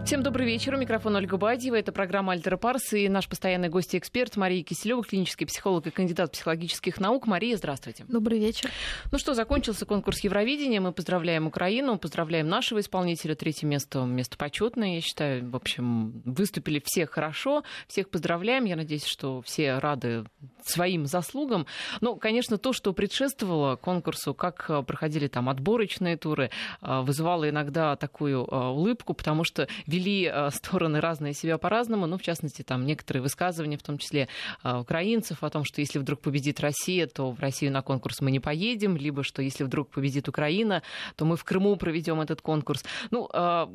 Всем добрый вечер. У микрофона Ольга Бадьева. Это программа «Альтера Парс» и наш постоянный гость и эксперт Мария Киселева, клинический психолог и кандидат психологических наук. Мария, здравствуйте. Добрый вечер. Ну что, закончился конкурс Евровидения. Мы поздравляем Украину, поздравляем нашего исполнителя. Третье место почетное, я считаю. В общем, выступили все хорошо. Всех поздравляем. Я надеюсь, что все рады своим заслугам. Но, конечно, то, что предшествовало конкурсу, как проходили там отборочные туры, вызывало иногда такую улыбку, потому что вели стороны разные себя по-разному, ну, в частности, там некоторые высказывания, в том числе украинцев, о том, что если вдруг победит Россия, то в Россию на конкурс мы не поедем, либо что если вдруг победит Украина, то мы в Крыму проведем этот конкурс. Ну,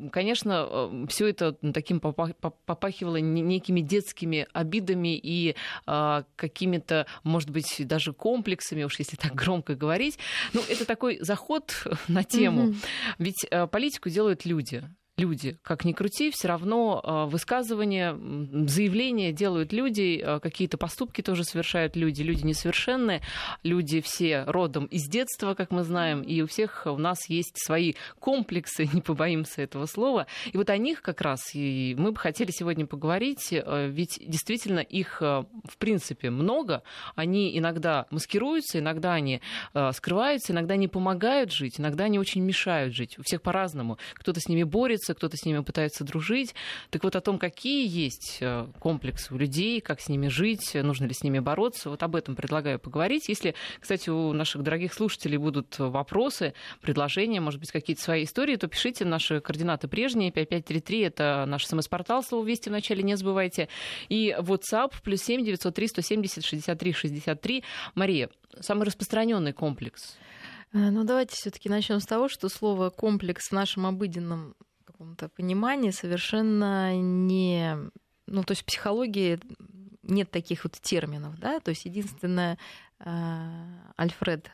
конечно, все это таким попахивало некими детскими обидами и какими-то, может быть, даже комплексами, уж если так громко говорить. Ну, это такой заход на тему. Ведь политику делают люди. Люди, как ни крути, все равно высказывания, заявления делают люди, какие-то поступки тоже совершают люди. Люди несовершенные, люди все родом из детства, как мы знаем, и у всех у нас есть свои комплексы, не побоимся этого слова. И вот о них как раз и мы бы хотели сегодня поговорить, ведь действительно их, в принципе, много. Они иногда маскируются, иногда они скрываются, иногда не помогают жить, иногда они очень мешают жить. У всех по-разному. Кто-то с ними борется, кто-то с ними пытается дружить. Так вот о том, какие есть комплексы у людей, как с ними жить, нужно ли с ними бороться, вот об этом предлагаю поговорить. Если, кстати, у наших дорогих слушателей будут вопросы, предложения, может быть, какие-то свои истории, то пишите. Наши координаты прежние, 5533, это наш СМС-портал, слово «Вести» в начале не забывайте. И WhatsApp, +7 903 170 63 63. Мария, самый распространенный комплекс? Ну, давайте все-таки начнем с того, что слово «комплекс» в нашем обыденном каком-то понимании совершенно не... Ну, то есть в психологии нет таких вот терминов, да, то есть единственное, Альфред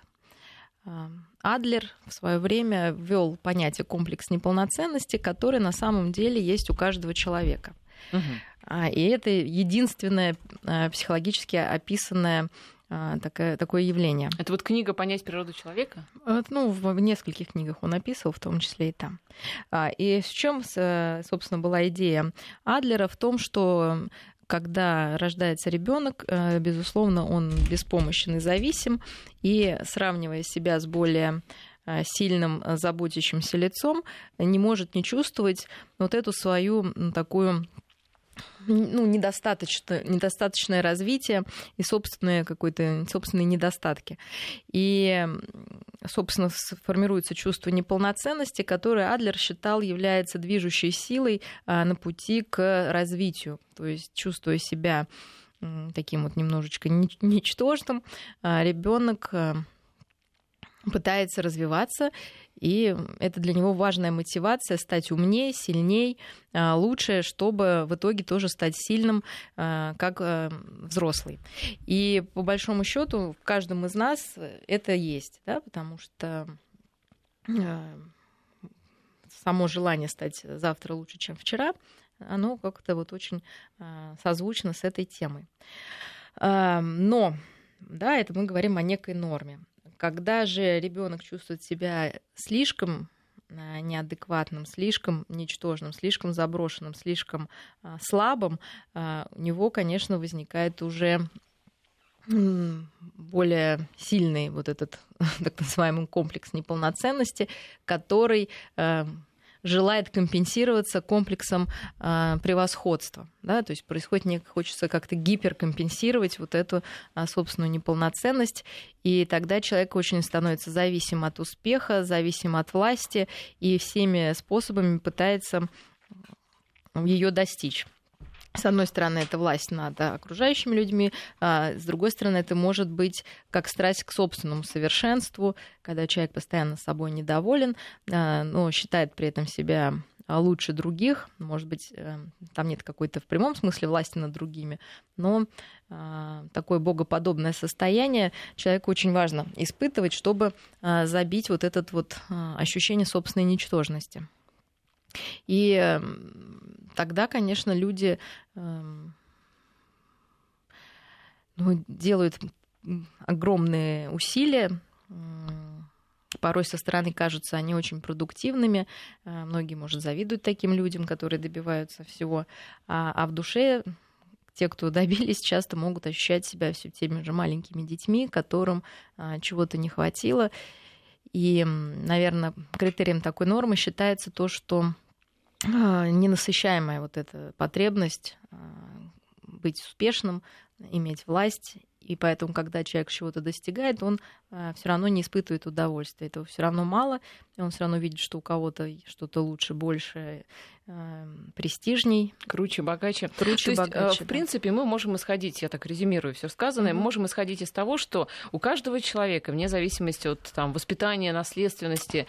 Адлер в свое время ввел понятие «комплекс неполноценности», который на самом деле есть у каждого человека. И это единственное психологически описанное такое явление. Это вот книга «Понять природу человека»? Ну, в нескольких книгах он описывал, в том числе и там. И в чем, собственно, была идея Адлера? В том, что когда рождается ребенок, безусловно, он беспомощен и зависим, и сравнивая себя с более сильным, заботящимся лицом, не может не чувствовать вот эту свою такую... Ну, недостаточное развитие и собственные недостатки. И, собственно, формируется чувство неполноценности, которое Адлер считал является движущей силой на пути к развитию. То есть, чувствуя себя таким вот немножечко ничтожным, ребенок пытается развиваться, и это для него важная мотивация стать умнее, сильнее, лучше, чтобы в итоге тоже стать сильным, как взрослый. И по большому счету в каждом из нас это есть, да, потому что само желание стать завтра лучше, чем вчера, оно как-то вот очень созвучно с этой темой. Но, да, это мы говорим о некой норме. Когда же ребенок чувствует себя слишком неадекватным, слишком ничтожным, слишком заброшенным, слишком слабым, у него, конечно, возникает уже более сильный вот этот так называемый комплекс неполноценности, который желает компенсироваться комплексом превосходства. Да? То есть происходит хочется как-то гиперкомпенсировать вот эту собственную неполноценность, и тогда человек очень становится зависим от успеха, зависим от власти, и всеми способами пытается ее достичь. С одной стороны, это власть над окружающими людьми, а с другой стороны, это может быть как страсть к собственному совершенству, когда человек постоянно собой недоволен, но считает при этом себя лучше других. Может быть, там нет какой-то в прямом смысле власти над другими, но такое богоподобное состояние человеку очень важно испытывать, чтобы забить вот это вот ощущение собственной ничтожности. И тогда, конечно, люди делают огромные усилия Порой со стороны кажутся они очень продуктивными. Многие, может, завидуют таким людям, которые добиваются всего. А в душе те, кто добились, часто могут ощущать себя все теми же маленькими детьми, которым чего-то не хватило. И, наверное, критерием такой нормы считается то, что ненасыщаемая вот эта потребность быть успешным, иметь власть. И поэтому, когда человек чего-то достигает, он все равно не испытывает удовольствия. Этого все равно мало, и он все равно видит, что у кого-то что-то лучше, больше, престижней. Круче, богаче. Круче, То есть, богаче, в принципе, мы можем исходить, я так резюмирую все сказанное, мы можем исходить из того, что у каждого человека, вне зависимости от воспитания, наследственности,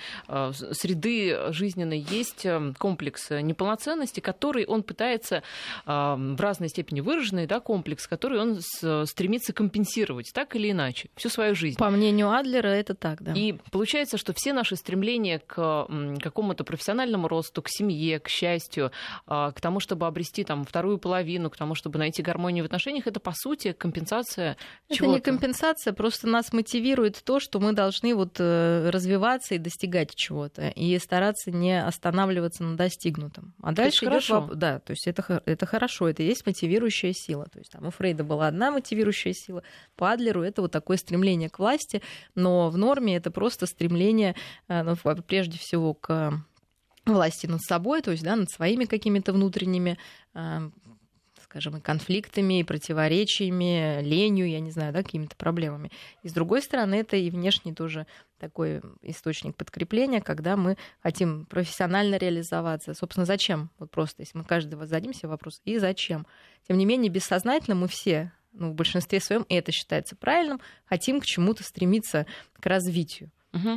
среды жизненной, есть комплекс неполноценности, который он пытается в разной степени выраженный, да, комплекс, который он стремится компенсировать так или иначе всю свою жизнь. По мнению Адлера, это так, да. И получается, что все наши стремления к какому-то профессиональному росту, к семье, к счастью, к тому, чтобы обрести вторую половину, к тому, чтобы найти гармонию в отношениях, это, по сути, компенсация чего-то. Это не компенсация, просто нас мотивирует то, что мы должны развиваться и достигать чего-то, и стараться не останавливаться на достигнутом. А дальше идёт да, то есть это хорошо, это и есть мотивирующая сила. То есть у Фрейда была одна мотивирующая сила, по Адлеру это такое стремление к власти, но в норме это просто стремление, прежде всего, к власти над собой, то есть над своими какими-то внутренними, скажем, и конфликтами, и противоречиями, ленью, я не знаю, какими-то проблемами. И с другой стороны, это и внешний тоже такой источник подкрепления, когда мы хотим профессионально реализоваться. Собственно, зачем? Просто, если мы каждый зададимся вопрос, и зачем? Тем не менее, бессознательно мы все, в большинстве своем, и это считается правильным, хотим к чему-то стремиться, к развитию.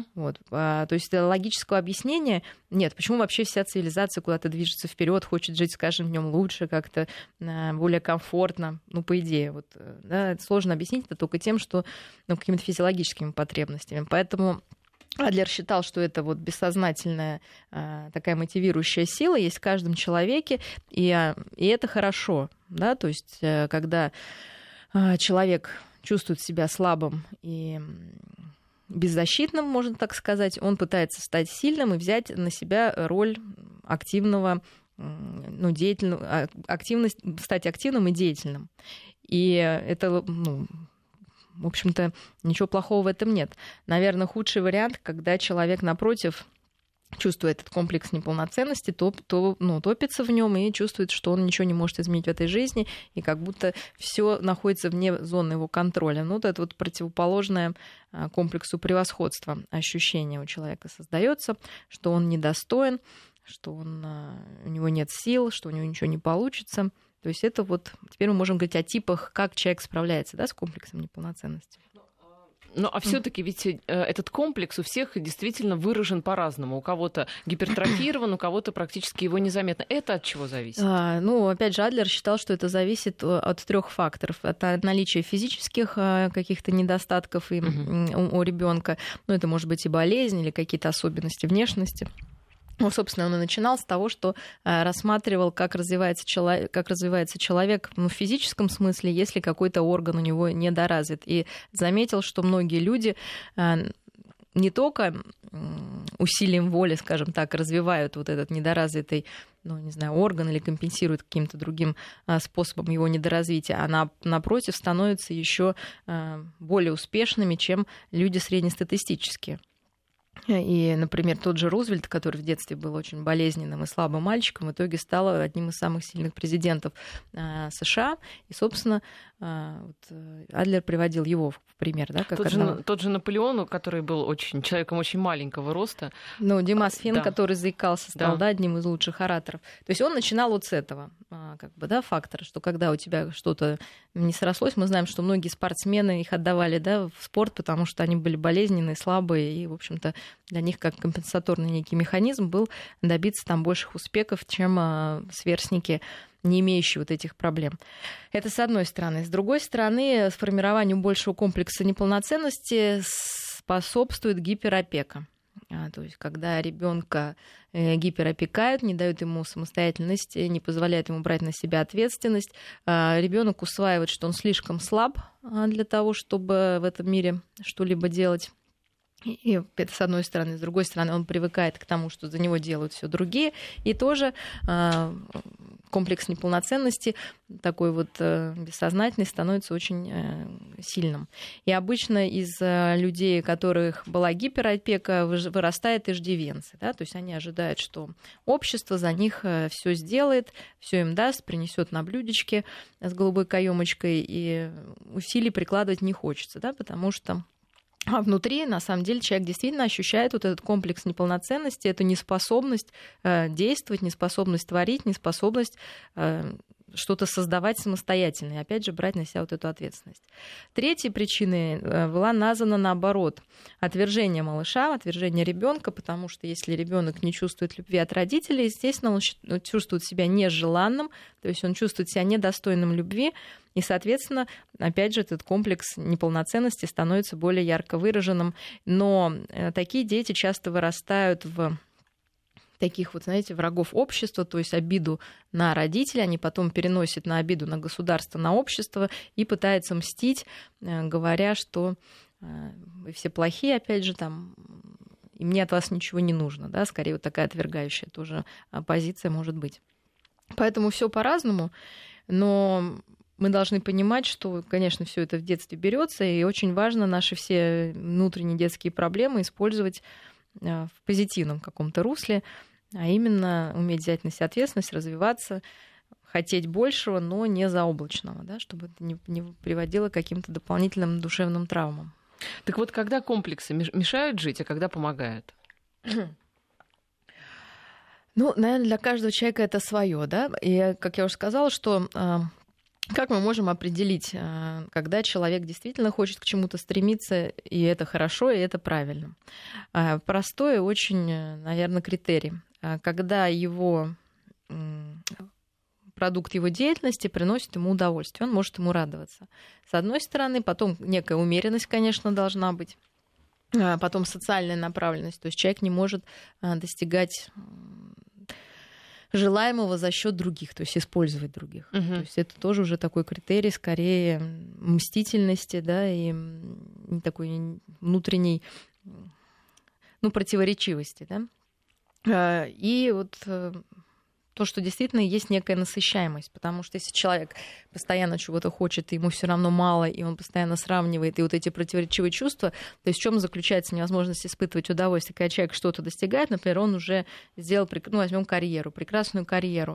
То есть логического объяснения нет. Почему вообще вся цивилизация куда-то движется вперед, хочет жить, скажем, в нем лучше, как-то более комфортно? По идее, это сложно объяснить это только тем, что какими-то физиологическими потребностями. Поэтому Адлер считал, что это бессознательная такая мотивирующая сила есть в каждом человеке, и это хорошо, да, то есть когда человек чувствует себя слабым и беззащитным, можно так сказать, он пытается стать сильным и взять на себя роль активного, деятельного, стать активным и деятельным. И это, в общем-то, ничего плохого в этом нет. Наверное, худший вариант, когда человек, напротив, чувствует этот комплекс неполноценности, топится в нем и чувствует, что он ничего не может изменить в этой жизни, и как будто все находится вне зоны его контроля. Это противоположное комплексу превосходства ощущение у человека создается, что он недостоин, что у него нет сил, что у него ничего не получится. То есть это теперь мы можем говорить о типах, как человек справляется, с комплексом неполноценности. А все-таки ведь этот комплекс у всех действительно выражен по-разному. У кого-то гипертрофирован, у кого-то практически его незаметно. Это от чего зависит? Опять же, Адлер считал, что это зависит от 3 факторов. Это наличие физических каких-то недостатков у ребенка. Это может быть и болезнь, или какие-то особенности внешности. Собственно, он и начинал с того, что рассматривал, как развивается человек в физическом смысле, если какой-то орган у него недоразвит. И заметил, что многие люди не только усилием воли, скажем так, развивают этот недоразвитый, орган или компенсируют каким-то другим способом его недоразвития, а напротив становятся еще более успешными, чем люди среднестатистические. И, например, тот же Рузвельт, который в детстве был очень болезненным и слабым мальчиком, в итоге стал одним из самых сильных президентов США. И, собственно, Адлер приводил его в пример. Да, как тот же Наполеон, который был человеком очень маленького роста. Димас Фин, который заикался, стал одним из лучших ораторов. То есть он начинал с этого фактора, что когда у тебя что-то не срослось, мы знаем, что многие спортсмены их отдавали в спорт, потому что они были болезненные, слабые, и, в общем-то, для них как компенсаторный некий механизм был добиться больших успехов, чем сверстники, не имеющие этих проблем. Это с одной стороны. С другой стороны, формированию большего комплекса неполноценности способствует гиперопека. То есть, когда ребенка гиперопекают, не дают ему самостоятельности, не позволяют ему брать на себя ответственность, ребенок усваивает, что он слишком слаб для того, чтобы в этом мире что-либо делать. И это с одной стороны. С другой стороны, он привыкает к тому, что за него делают все другие. И тоже комплекс неполноценности, такой вот бессознательный, становится очень сильным. И обычно из людей, у которых была гиперопека, вырастает иждивенцы. Да? То есть они ожидают, что общество за них все сделает, все им даст, принесет на блюдечке с голубой каемочкой, и усилий прикладывать не хочется, да? Потому что внутри, на самом деле, человек действительно ощущает вот этот комплекс неполноценности, эту неспособность действовать, неспособность творить, неспособность что-то создавать самостоятельно, и опять же брать на себя вот эту ответственность. Третьей причиной была названа наоборот отвержение малыша, отвержение ребенка, потому что если ребенок не чувствует любви от родителей, естественно, он чувствует себя нежеланным, то есть он чувствует себя недостойным любви, и, соответственно, опять же, этот комплекс неполноценности становится более ярко выраженным. Но такие дети часто вырастают в таких вот, знаете, врагов общества, то есть обиду на родителей, они потом переносят на обиду на государство, на общество и пытаются мстить, говоря, что вы все плохие, опять же, там, и мне от вас ничего не нужно, да, скорее вот такая отвергающая тоже позиция может быть. Поэтому все по-разному, но мы должны понимать, что, конечно, все это в детстве берется, и очень важно наши все внутренние детские проблемы использовать в позитивном каком-то русле, а именно уметь взять на себя ответственность, развиваться, хотеть большего, но не заоблачного, да, чтобы это не приводило к каким-то дополнительным душевным травмам. Так вот, когда комплексы мешают жить, а когда помогают? Ну, наверное, для каждого человека это свое, да. И, как я уже сказала, что как мы можем определить, когда человек действительно хочет к чему-то стремиться, и это хорошо, и это правильно? Простой очень, наверное, критерий. Когда продукт его деятельности приносит ему удовольствие, он может ему радоваться. С одной стороны, потом некая умеренность, конечно, должна быть, потом социальная направленность, то есть человек не может достигать желаемого за счет других, то есть использовать других. То есть это тоже уже такой критерий, скорее мстительности, да, и такой внутренней, противоречивости, да. И вот то, что действительно есть некая насыщаемость, потому что если человек постоянно чего-то хочет, и ему все равно мало, и он постоянно сравнивает, и вот эти противоречивые чувства, то есть в чем заключается невозможность испытывать удовольствие, когда человек что-то достигает, например, он уже сделал, возьмем карьеру, прекрасную карьеру,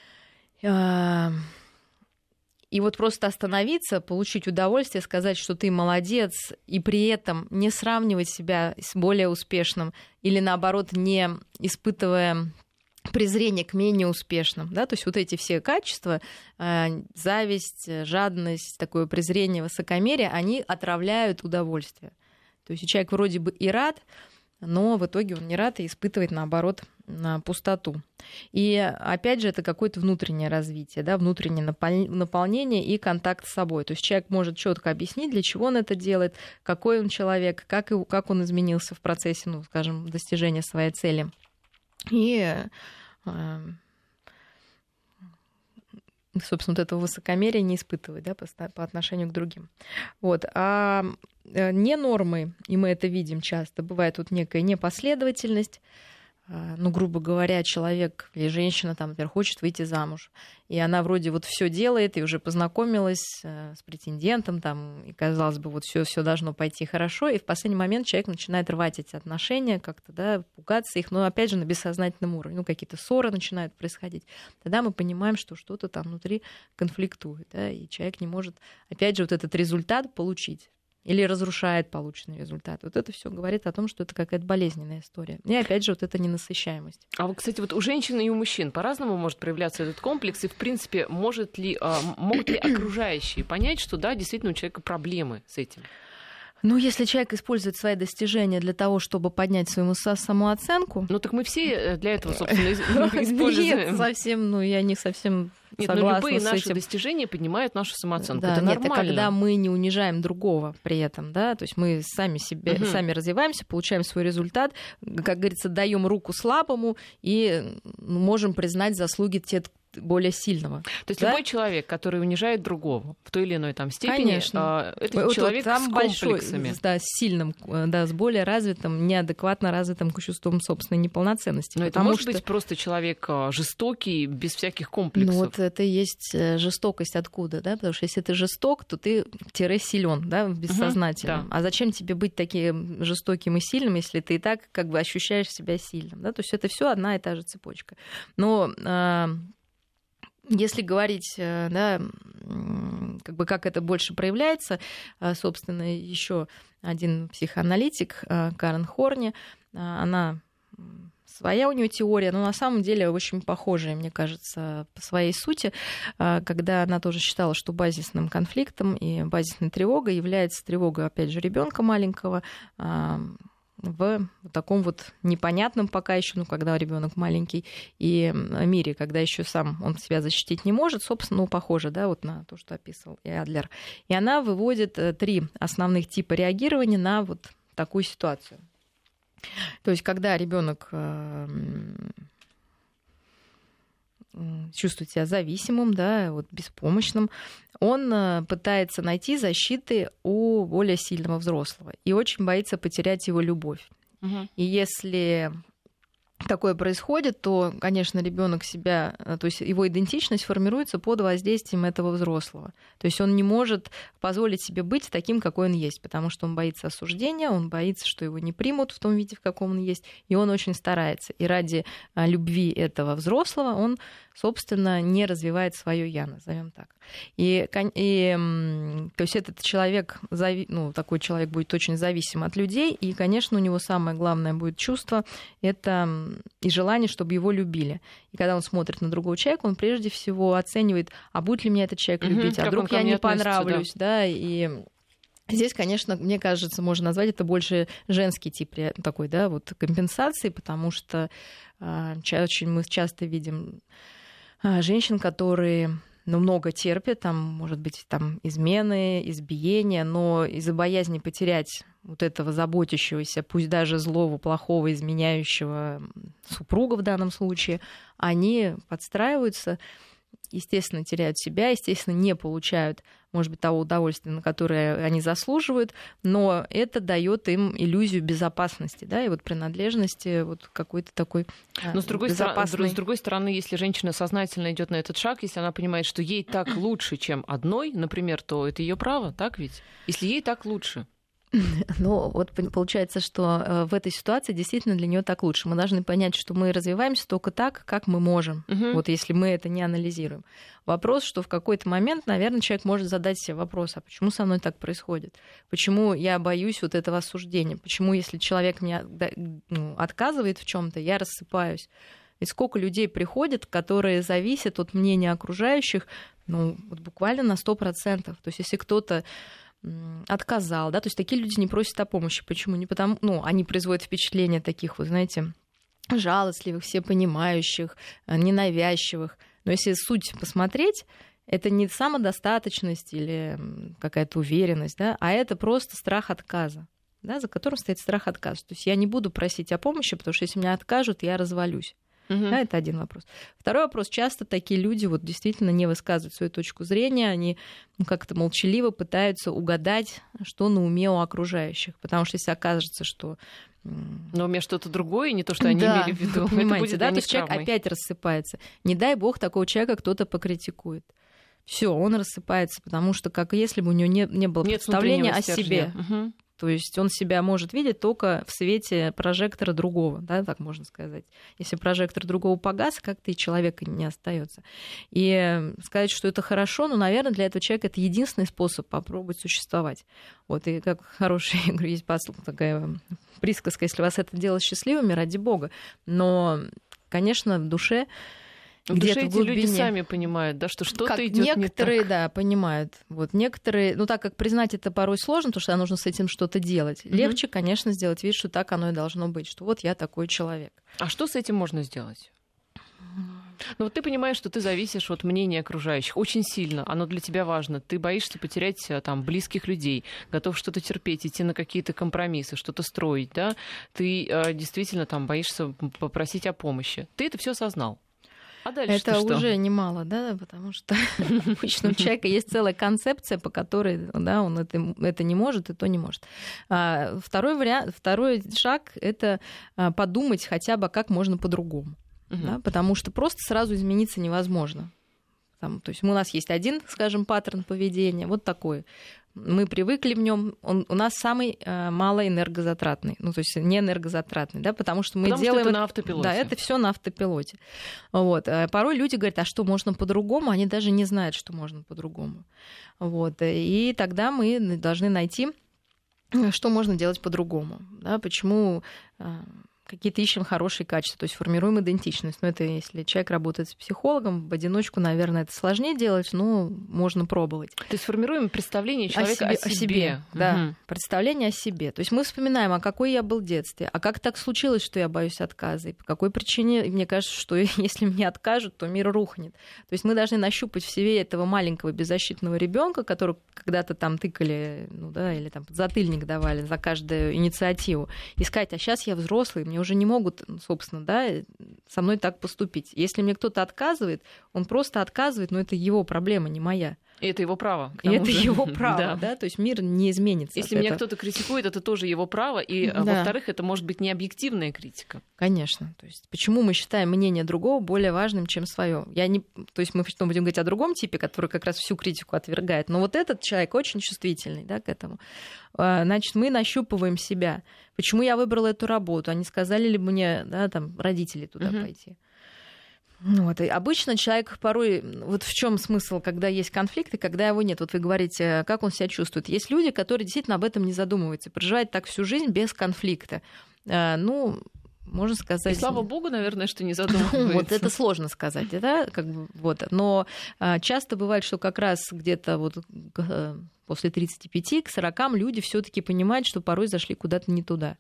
и вот просто остановиться, получить удовольствие, сказать, что ты молодец, и при этом не сравнивать себя с более успешным или, наоборот, не испытывая презрение к менее успешным, да, то есть вот эти все качества, зависть, жадность, такое презрение, высокомерие, они отравляют удовольствие. То есть человек вроде бы и рад, но в итоге он не рад и испытывает, наоборот, пустоту. И опять же, это какое-то внутреннее развитие, да, внутреннее наполнение и контакт с собой. То есть человек может четко объяснить, для чего он это делает, какой он человек, как он изменился в процессе, скажем, достижения своей цели. И, собственно, вот этого высокомерия не испытывать, да, по отношению к другим. Вот. А не нормы, и мы это видим часто, бывает вот некая непоследовательность. Грубо говоря, человек или женщина, там, например, хочет выйти замуж, и она вроде вот все делает, и уже познакомилась с претендентом, там, и, казалось бы, вот все должно пойти хорошо, и в последний момент человек начинает рвать эти отношения, как-то, да, пугаться их, но, опять же, на бессознательном уровне, какие-то ссоры начинают происходить. Тогда мы понимаем, что что-то там внутри конфликтует, да, и человек не может, опять же, вот этот результат получить. Или разрушает полученный результат. Вот это все говорит о том, что это какая-то болезненная история. И опять же, вот эта ненасыщаемость. А вот, кстати, вот у женщин и у мужчин по-разному может проявляться этот комплекс, и, в принципе, могут ли окружающие понять, что, да, действительно у человека проблемы с этим? Если человек использует свои достижения для того, чтобы поднять свою самооценку... Так мы все для этого, собственно, используем. Нет, совсем, я не совсем согласна любые с наши этим. достижения поднимают нашу самооценку. Да, это нормально. Это когда мы не унижаем другого при этом, да, то есть мы сами развиваемся, получаем свой результат, как говорится, даем руку слабому и можем признать заслуги более сильного. То есть любой человек, который унижает другого в той или иной там степени, конечно. Это человек с комплексами. Большой, с сильным, с более развитым, неадекватно развитым чувством собственной неполноценности. Но это может быть просто человек жестокий, без всяких комплексов. Ну вот это и есть жестокость откуда, да? Потому что если ты жесток, то ты силен, да, бессознательно. Да. А зачем тебе быть таким жестоким и сильным, если ты и так как бы ощущаешь себя сильным, да? То есть это все одна и та же цепочка. Но если говорить, да, как бы как это больше проявляется, собственно, еще один психоаналитик Карен Хорни, она своя у нее теория, но на самом деле очень похожая, мне кажется, по своей сути, когда она тоже считала, что базисным конфликтом и базисной тревогой является тревога, опять же, ребенка маленького в таком вот непонятном пока еще, ну, когда ребенок маленький, и мире, когда еще сам он себя защитить не может, собственно, ну, похоже, да, вот на то, что описывал и Адлер. И она выводит 3 основных типа реагирования на вот такую ситуацию. То есть, когда ребенок чувствует себя зависимым, да, вот беспомощным, он пытается найти защиты у более сильного взрослого и очень боится потерять его любовь. Угу. И если такое происходит, то, конечно, ребенок себя, то есть его идентичность формируется под воздействием этого взрослого. То есть он не может позволить себе быть таким, какой он есть, потому что он боится осуждения, он боится, что его не примут в том виде, в каком он есть, и он очень старается. И ради любви этого взрослого он, собственно, не развивает свое «я», назовем так. И то есть этот человек, ну, такой человек будет очень зависим от людей, и, конечно, у него самое главное будет чувство — это и желание, чтобы его любили. И когда он смотрит на другого человека, он прежде всего оценивает, а будет ли меня этот человек любить, а вдруг я не понравлюсь, да, и здесь, конечно, мне кажется, можно назвать это больше женский тип такой, да, вот компенсации, потому что очень мы часто видим женщин, которые много терпят, там, может быть, там, измены, избиения, но из-за боязни потерять вот этого заботящегося, пусть даже злого, плохого, изменяющего супруга в данном случае, они подстраиваются, естественно, теряют себя, естественно, не получают, может быть, того удовольствия, на которое они заслуживают, но это дает им иллюзию безопасности, да, и вот принадлежности вот какой-то такой но с другой стороны, если женщина сознательно идет на этот шаг, если она понимает, что ей так лучше, чем одной, например, то это ее право, так ведь? Если ей так лучше. Ну, вот получается, что в этой ситуации действительно для нее так лучше. Мы должны понять, что мы развиваемся только так, как мы можем, вот если мы это не анализируем. Вопрос, что в какой-то момент, наверное, человек может задать себе вопрос, а почему со мной так происходит? Почему я боюсь вот этого осуждения? Почему, если человек мне отказывает в чем-то, я рассыпаюсь? Ведь сколько людей приходит, которые зависят от мнения окружающих, ну, вот буквально на 100%. То есть если кто-то отказал, да, то есть такие люди не просят о помощи. Почему? Не потому, ну, они производят впечатление таких, вы знаете, жалостливых, всепонимающих, ненавязчивых. Но если суть посмотреть, это не самодостаточность или какая-то уверенность, да, а это просто страх отказа, да, за которым стоит страх отказа. То есть я не буду просить о помощи, потому что если меня откажут, я развалюсь. Да, это один вопрос. Второй вопрос. Часто такие люди вот действительно не высказывают свою точку зрения, они как-то молчаливо пытаются угадать, что на уме у окружающих. Потому что если окажется, что... На уме что-то другое, не то, что они имели в виду. Понимаете, да? То есть человек опять рассыпается. Не дай бог такого человека кто-то покритикует. Все, он рассыпается, потому что как если бы у него не было представления о себе. То есть он себя может видеть только в свете прожектора другого, да, так можно сказать. Если прожектор другого погас, как-то и человека не остается. И сказать, что это хорошо, ну, наверное, для этого человека это единственный способ попробовать существовать. Вот, и как хорошая, я говорю, есть такая присказка, если вас это делает счастливыми, ради бога. Но, конечно, в душе... В душе эти люди сами понимают, да, что что-то идет не так. Некоторые, да, понимают. Вот некоторые, ну так как признать это порой сложно, потому что нужно с этим что-то делать. Легче, конечно, сделать вид, что так оно и должно быть, что вот я такой человек. А что с этим можно сделать? Ну вот ты понимаешь, что ты зависишь от мнения окружающих очень сильно, оно для тебя важно. Ты боишься потерять там близких людей, готов что-то терпеть, идти на какие-то компромиссы, что-то строить, да? Ты действительно там боишься попросить о помощи. Ты это все осознал. А дальше это что? уже немало, да, потому что обычно у человека есть целая концепция, по которой, да, он это не может и то не может. Второй шаг — это подумать хотя бы, как можно по-другому, да, потому что просто сразу измениться невозможно. То есть у нас есть один, скажем, паттерн поведения, вот такой. Мы привыкли в нем, у нас самый малоэнергозатратный, то есть не энергозатратный, да, потому что мы делаем... Что это на автопилоте. Да, это все на автопилоте. Вот. Порой люди говорят, а что можно по-другому? Они даже не знают, что можно по-другому. Вот. И тогда мы должны найти, что можно делать по-другому. Да? Почему какие-то ищем хорошие качества, то есть формируем идентичность. Но это если человек работает с психологом, в одиночку, наверное, это сложнее делать, но можно пробовать. То есть формируем представление человека о себе. Да, представление о себе. То есть мы вспоминаем, а какой я был в детстве, а как так случилось, что я боюсь отказа, и по какой причине мне кажется, что если мне откажут, то мир рухнет. То есть мы должны нащупать в себе этого маленького беззащитного ребенка, которого когда-то там тыкали, или там подзатыльник давали за каждую инициативу, и сказать, а сейчас я взрослый, мне уже не могут, собственно, да, со мной так поступить. Если мне кто-то отказывает, он просто отказывает, но это его проблема, не моя. И это его право. И это его право, да, то есть мир не изменится. Если меня кто-то критикует, это тоже его право, и, во-вторых, это может быть не объективная критика. Конечно. То есть почему мы считаем мнение другого более важным, чем свое? То есть мы будем говорить о другом типе, который как раз всю критику отвергает, но вот этот человек очень чувствительный, да, к этому. Значит, мы нащупываем себя. Почему я выбрала эту работу? Они сказали ли мне, да, там, родители туда пойти? Вот. И обычно человек порой... Вот в чем смысл, когда есть конфликт и когда его нет? Вот вы говорите, как он себя чувствует. Есть люди, которые действительно об этом не задумываются, проживают так всю жизнь без конфликта. Можно сказать... И слава богу, наверное, что не задумываются. Вот это сложно сказать, да? Но часто бывает, что как раз где-то вот после 35 к 40 люди все-таки понимают, что порой зашли куда-то не туда.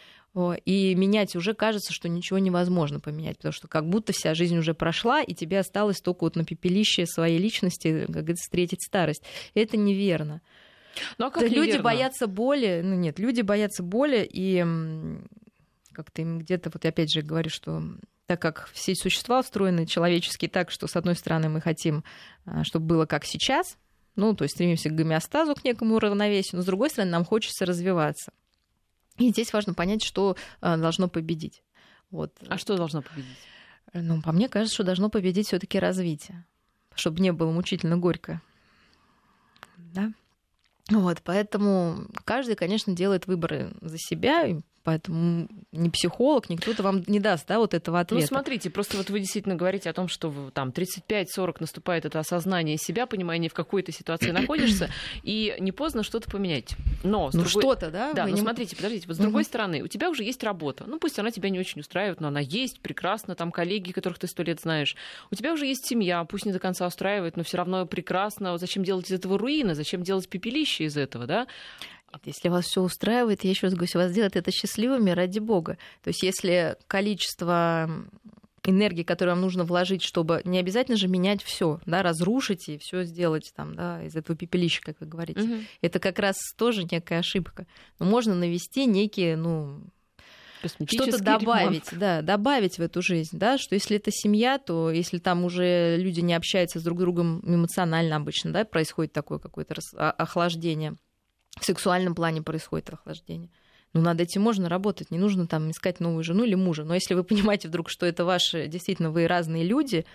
И менять уже кажется, что ничего невозможно поменять, потому что как будто вся жизнь уже прошла, и тебе осталось только вот на пепелище своей личности, как говорится, встретить старость. Это неверно. Ну, а как люди неверно? боятся боли. Люди боятся боли, и как-то им где-то, вот я опять же говорю, что так как все существа устроены человеческие так, что, с одной стороны, мы хотим, чтобы было как сейчас, то есть стремимся к гомеостазу, к некому равновесию, но, с другой стороны, нам хочется развиваться. И здесь важно понять, что должно победить. Вот. А что должно победить? По мне кажется, что должно победить все-таки развитие, чтобы не было мучительно горько. Да? Вот, поэтому каждый, конечно, делает выборы за себя, и поэтому ни психолог, ни кто-то вам не даст, да, вот этого ответа. Смотрите, просто вот вы действительно говорите о том, что там 35-40 наступает это осознание себя, понимание, в какой ты ситуации находишься, и не поздно что-то поменять. Но что-то, да? Да, смотрите, подождите, вот с другой стороны, у тебя уже есть работа, пусть она тебя не очень устраивает, но она есть, прекрасно, там коллеги, которых ты 100 лет знаешь. У тебя уже есть семья, пусть не до конца устраивает, но все равно прекрасно. Зачем делать из этого руины, зачем делать пепелище из этого, да? Если вас все устраивает, я еще раз говорю, вас делает это счастливыми, ради бога. То есть если количество энергии, которую вам нужно вложить, чтобы не обязательно же менять все, да, разрушить и все сделать там, да, из этого пепелища, как вы говорите, это как раз тоже некая ошибка. Но можно навести некие, что-то добавить, добавить в эту жизнь, да, что если это семья, то если там уже люди не общаются с друг другом эмоционально обычно, да, происходит такое какое-то охлаждение. В сексуальном плане происходит охлаждение. Над этим можно работать, не нужно там искать новую жену или мужа. Но если вы понимаете вдруг, что это ваши, действительно, вы разные люди,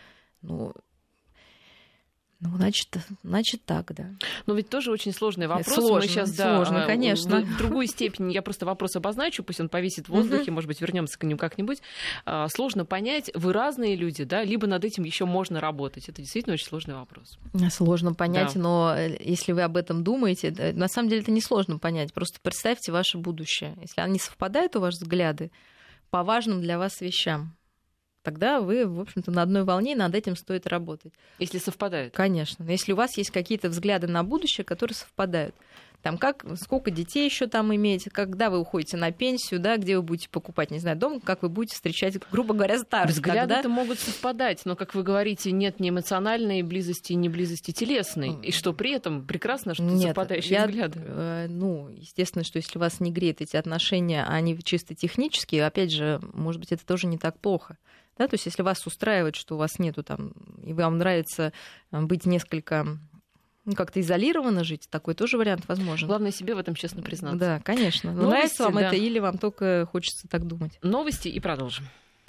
значит так, да. Но ведь тоже очень сложный вопрос. Сложно, мы сейчас, сложно, конечно. В другую степень, я просто вопрос обозначу, пусть он повисит в воздухе, может быть, вернемся к нему как-нибудь. Сложно понять, вы разные люди, да, либо над этим еще можно работать. Это действительно очень сложный вопрос. Сложно понять, но если вы об этом думаете, на самом деле это не сложно понять. Просто представьте ваше будущее. Если они совпадают у вас взгляды по важным для вас вещам, тогда вы, в общем-то, на одной волне, и над этим стоит работать. Если совпадает? Конечно. Если у вас есть какие-то взгляды на будущее, которые совпадают. там, сколько детей еще там иметь, когда вы уходите на пенсию, да, где вы будете покупать, не знаю, дом, как вы будете встречать, грубо говоря, старость. Взгляды-то могут совпадать, но, как вы говорите, нет ни эмоциональной близости, ни близости телесной. И что при этом прекрасно, что совпадающие взгляды. Естественно, что если вас не греют эти отношения, а они чисто технические, опять же, может быть, это тоже не так плохо. Да? То есть если вас устраивает, что у вас нету там, и вам нравится быть несколько... как-то изолированно жить, такой тоже вариант возможен. Главное себе в этом честно признаться. Да, конечно. Новости, нравится вам это или вам только хочется так думать? Новости и продолжим.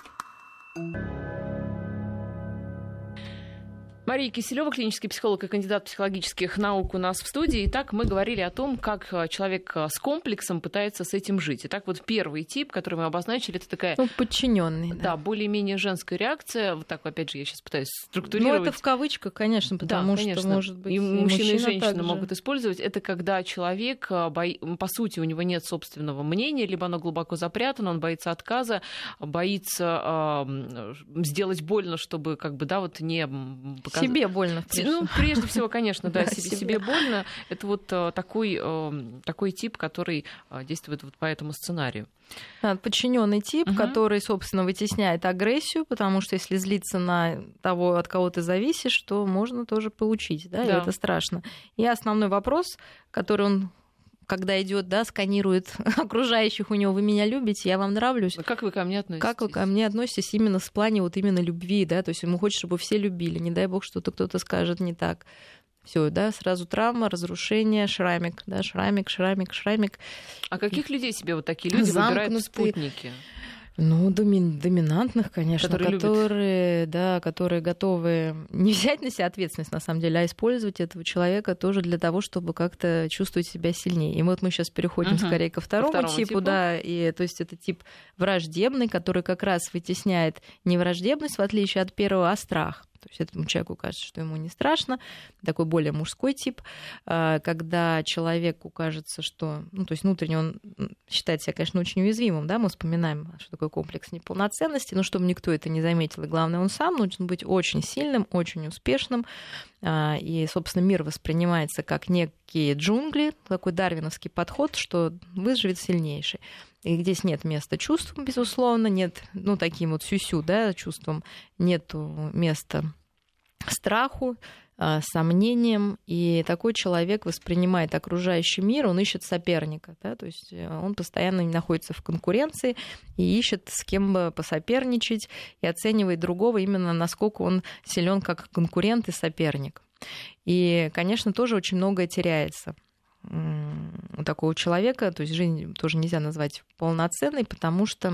Мария Киселева, клинический психолог и кандидат психологических наук у нас в студии. Итак, мы говорили о том, как человек с комплексом пытается с этим жить. Итак, вот первый тип, который мы обозначили, это такая... подчиненный. Да, более-менее женская реакция. Вот так, опять же, я сейчас пытаюсь структурировать. Это в кавычках, конечно, потому что, может быть, и мужчина и женщина также могут использовать. Это когда человек, по сути, у него нет собственного мнения, либо оно глубоко запрятано, он боится отказа, боится сделать больно, чтобы не показать. Себе больно. Прежде всего, конечно, да, себе больно. Это вот такой тип, который действует вот по этому сценарию. Подчиненный тип, который, собственно, вытесняет агрессию, потому что если злиться на того, от кого ты зависишь, то можно тоже получить, да, и это страшно. И основной вопрос, который он, когда идет, да, сканирует окружающих у него: вы меня любите, я вам нравлюсь. Как вы ко мне относитесь? Как вы ко мне относитесь именно в плане вот именно любви, да, то есть ему хочется, чтобы все любили, не дай бог что-то кто-то скажет не так. Все, да, сразу травма, разрушение, шрамик, да, шрамик. А каких людей себе вот такие люди выбирают в спутники? Доминантных, конечно, которые готовы не взять на себя ответственность, на самом деле, а использовать этого человека тоже для того, чтобы как-то чувствовать себя сильнее. И вот мы сейчас переходим скорее ко второму типу, да, и то есть это тип враждебный, который как раз вытесняет не враждебность, в отличие от первого, а страх. То есть этому человеку кажется, что ему не страшно. Такой более мужской тип, когда человеку кажется, что... то есть внутренне он считает себя, конечно, очень уязвимым. Да? Мы вспоминаем, что такое комплекс неполноценности. Но чтобы никто это не заметил, и главное, он сам нужен быть очень сильным, очень успешным. И, собственно, мир воспринимается как некие джунгли, такой дарвиновский подход, что выживет сильнейший. И здесь нет места чувствам, безусловно, нет, таким вот сюсю, да, чувствам, нету места страху, сомнениям, и такой человек воспринимает окружающий мир, он ищет соперника, да, то есть он постоянно находится в конкуренции и ищет с кем бы посоперничать и оценивает другого именно насколько он силен как конкурент и соперник. И, конечно, тоже очень многое теряется у такого человека, то есть жизнь тоже нельзя назвать полноценной, потому что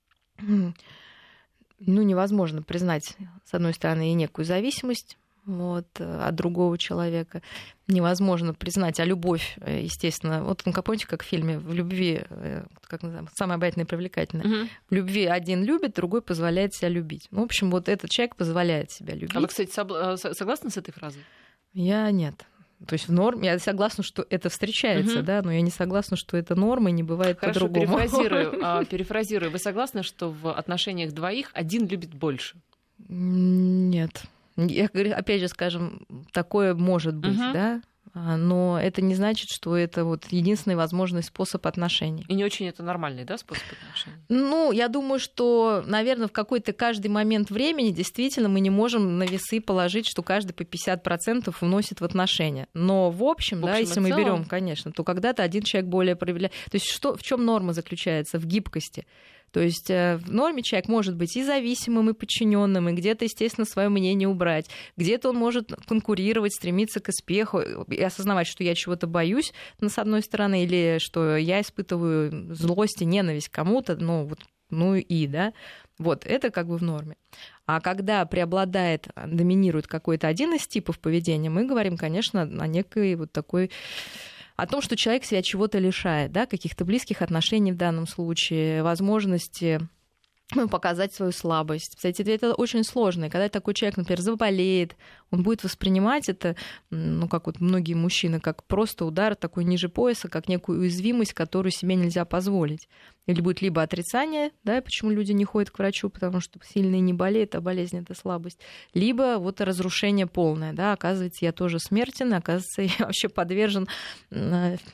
невозможно признать, с одной стороны, и некую зависимость от другого человека. Невозможно признать, а любовь, естественно, помните, как в фильме «В любви», как называем, самое обаятельное и привлекательное. В любви один любит, другой позволяет себя любить. В общем, вот этот человек позволяет себя любить. А вы, кстати, согласны с этой фразой? Я нет. То есть в норме, я согласна, что это встречается, да, но я не согласна, что это норма, и не бывает по-другому. Перефразирую. Вы согласны, что в отношениях двоих один любит больше? Нет. Я говорю, опять же, скажем, такое может быть, да, но это не значит, что это вот единственный возможный способ отношений. И не очень это нормальный, да, способ отношений? Я думаю, что, наверное, в какой-то каждый момент времени действительно мы не можем на весы положить, что каждый по 50% вносит в отношения. Но в общем, да, если мы берем, конечно, то когда-то один человек более проявляет. То есть в чем норма заключается? В гибкости. То есть в норме человек может быть и зависимым, и подчиненным, и где-то, естественно, свое мнение убрать. Где-то он может конкурировать, стремиться к успеху и осознавать, что я чего-то боюсь, с одной стороны, или что я испытываю злость и ненависть к кому-то, да. Вот, это как бы в норме. А когда преобладает, доминирует какой-то один из типов поведения, мы говорим, конечно, о некой вот такой... о том, что человек себя чего-то лишает, да, каких-то близких отношений в данном случае, возможности показать свою слабость. Кстати, это очень сложно. И когда такой человек, например, заболеет, он будет воспринимать это, как вот многие мужчины, как просто удар такой ниже пояса, как некую уязвимость, которую себе нельзя позволить. Или будет либо отрицание, да, почему люди не ходят к врачу, потому что сильные не болеют, а болезнь — это слабость. Либо вот разрушение полное, да, оказывается, я тоже смертен, оказывается, я вообще подвержен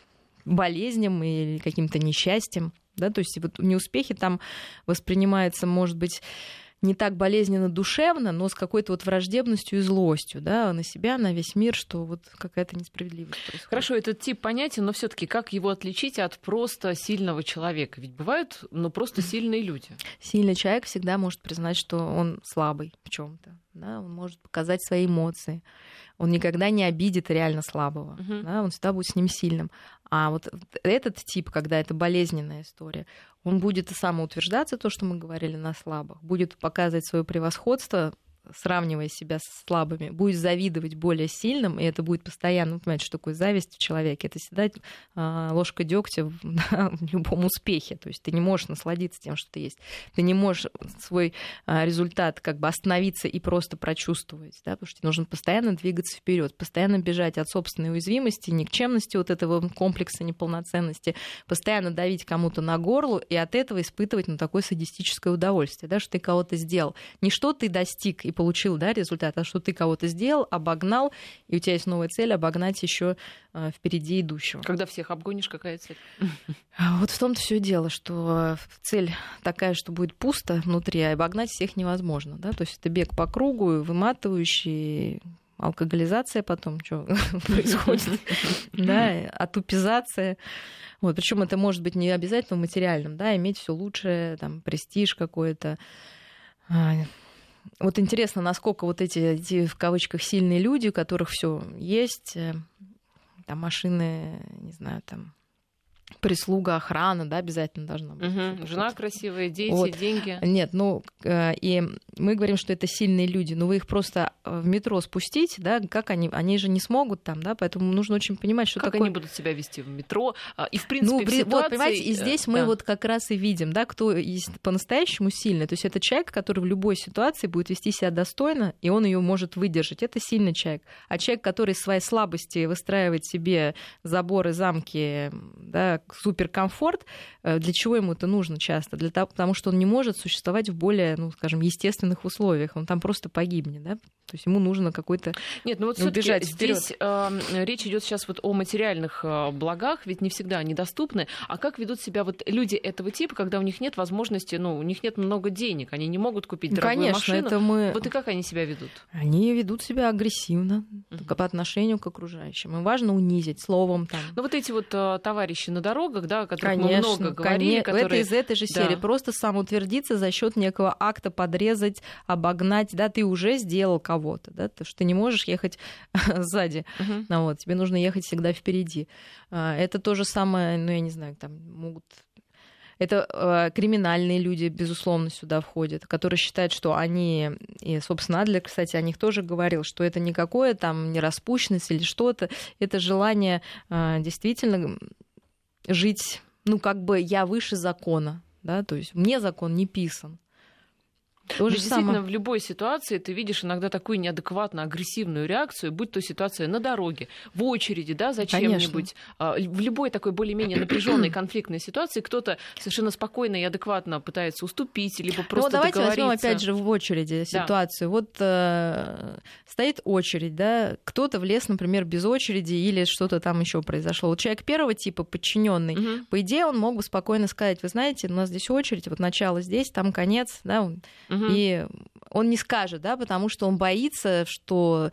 болезням или каким-то несчастьям. Да? То есть вот неуспехи там воспринимаются, может быть, не так болезненно душевно, но с какой-то вот враждебностью и злостью, да, на себя, на весь мир, что вот какая-то несправедливость происходит. Хорошо, этот тип понятен, но все-таки как его отличить от просто сильного человека? Ведь бывают, просто сильные люди. Сильный человек всегда может признать, что он слабый в чем-то, да, он может показать свои эмоции, он никогда не обидит реально слабого, да, он всегда будет с ним сильным. А вот этот тип, когда это болезненная история, он будет самоутверждаться, то, что мы говорили, на слабых, будет показывать свое превосходство, сравнивая себя с слабыми, будет завидовать более сильным, и это будет постоянно, вы понимаете, что такое зависть в человеке, это всегда ложка дегтя в любом успехе, то есть ты не можешь насладиться тем, что ты есть, ты не можешь свой результат как бы остановиться и просто прочувствовать, да, потому что тебе нужно постоянно двигаться вперед, постоянно бежать от собственной уязвимости, никчемности, вот этого комплекса неполноценности, постоянно давить кому-то на горло и от этого испытывать такое садистическое удовольствие, да, что ты кого-то сделал, не что ты достиг и получил, да, результат, а что ты кого-то сделал, обогнал, и у тебя есть новая цель обогнать еще впереди идущего. Когда всех обгонишь, какая цель? Вот в том-то все дело, что цель такая, что будет пусто внутри, а обогнать всех невозможно, да, то есть это бег по кругу, выматывающий, алкоголизация потом, что происходит, да, атупизация. Вот, причем это может быть не обязательно в материальном, да, иметь все лучшее, там, престиж какой-то. Вот интересно, насколько вот эти в кавычках сильные люди, у которых все есть, там машины, не знаю, там прислуга, охрана, да, обязательно должна быть. Жена красивая, дети, вот. деньги. Нет, и мы говорим, что это сильные люди, но вы их просто в метро спустить, да, как они же не смогут там, да, поэтому нужно очень понимать, что как такое... они будут себя вести в метро, и в принципе в ситуации... Вот, понимаете, и здесь мы вот как раз и видим, да, кто есть по-настоящему сильный, то есть это человек, который в любой ситуации будет вести себя достойно, и он ее может выдержать, это сильный человек. А человек, который из своей слабости выстраивает себе заборы, замки, да, суперкомфорт, для чего ему это нужно часто? Потому что он не может существовать в более, скажем, естественных условиях. Он там просто погибнет, да? То есть ему нужно какой-то убежать вперед. Здесь речь идет сейчас вот о материальных благах, ведь не всегда они доступны. А как ведут себя вот люди этого типа, когда у них нет возможности, у них нет много денег, они не могут купить дорогую машину? Это мы... Вот и как они себя ведут? Они ведут себя агрессивно по отношению к окружающим. Им важно унизить словом. Там. Вот эти вот товарищи на дорогах, да, о которых мы много говорили. Которые... Это из этой же серии. Просто самоутвердиться за счет некого акта подрезать, обогнать. Да, ты уже сделал кого-то, да, потому что ты не можешь ехать сзади. Вот, тебе нужно ехать всегда впереди. Это то же самое, я не знаю, там могут... Это криминальные люди, безусловно, сюда входят, которые считают, что они, и, собственно, Адлер, кстати, о них тоже говорил, что это никакое там не распущенность или что-то, это желание действительно жить, как бы я выше закона, да, то есть мне закон не писан. Действительно, в любой ситуации ты видишь иногда такую неадекватно агрессивную реакцию, будь то ситуация на дороге, в очереди, да, за чем-нибудь. В любой такой более-менее напряженной конфликтной ситуации кто-то совершенно спокойно и адекватно пытается уступить, либо просто договориться. Давайте возьмем опять же в очереди ситуацию. Да. Вот стоит очередь, да, кто-то влез, например, без очереди или что-то там еще произошло. Вот человек первого типа, подчиненный, по идее, он мог бы спокойно сказать: вы знаете, у нас здесь очередь, вот начало здесь, там конец, да, и он не скажет, да, потому что он боится, что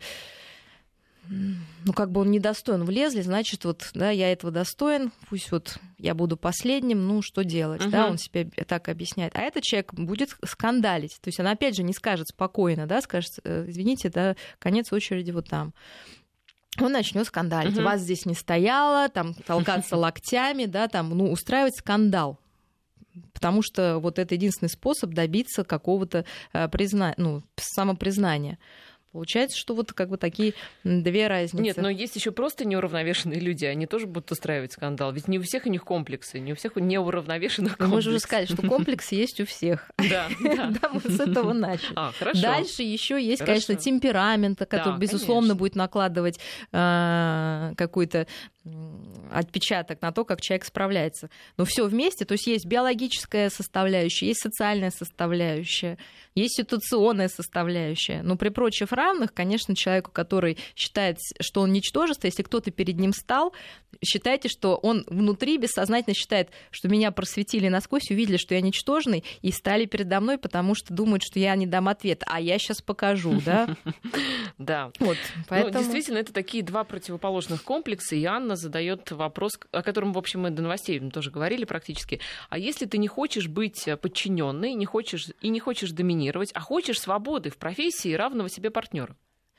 как бы он недостоин. Влезли, значит, вот, да, я этого достоин, пусть вот я буду последним, что делать, да, он себе так объясняет. А этот человек будет скандалить, то есть она, опять же, не скажет спокойно, да, скажет: извините, да, конец очереди вот там. Он начнет скандалить. Вас здесь не стояло, там, толкаться локтями, да, там, устраивать скандал. Потому что вот это единственный способ добиться какого-то самопризнания. Получается, что вот как бы такие две разницы. Нет, но есть еще просто неуравновешенные люди, они тоже будут устраивать скандал. Ведь не у всех у них комплексы, не у всех неуравновешенных комплексы. Мы же уже сказали, что комплексы есть у всех. Да, мы с этого начали. Хорошо. Дальше еще есть, конечно, темперамент, который, безусловно, будет накладывать какую-то отпечаток на то, как человек справляется. Но все вместе, то есть биологическая составляющая, есть социальная составляющая, есть ситуационная составляющая. Но при прочих равных, конечно, человеку, который считает, что он ничтожество, если кто-то перед ним стал, считайте, что он внутри бессознательно считает, что меня просветили насквозь, увидели, что я ничтожный, и стали передо мной, потому что думают, что я не дам ответ, а я сейчас покажу, да? Да. Вот, поэтому... Действительно, это такие два противоположных комплекса, и Анна задает вопрос, о котором, в общем, мы до новостей тоже говорили практически. А если ты не хочешь быть подчиненной, не хочешь доминировать, а хочешь свободы в профессии и равного себе партнера?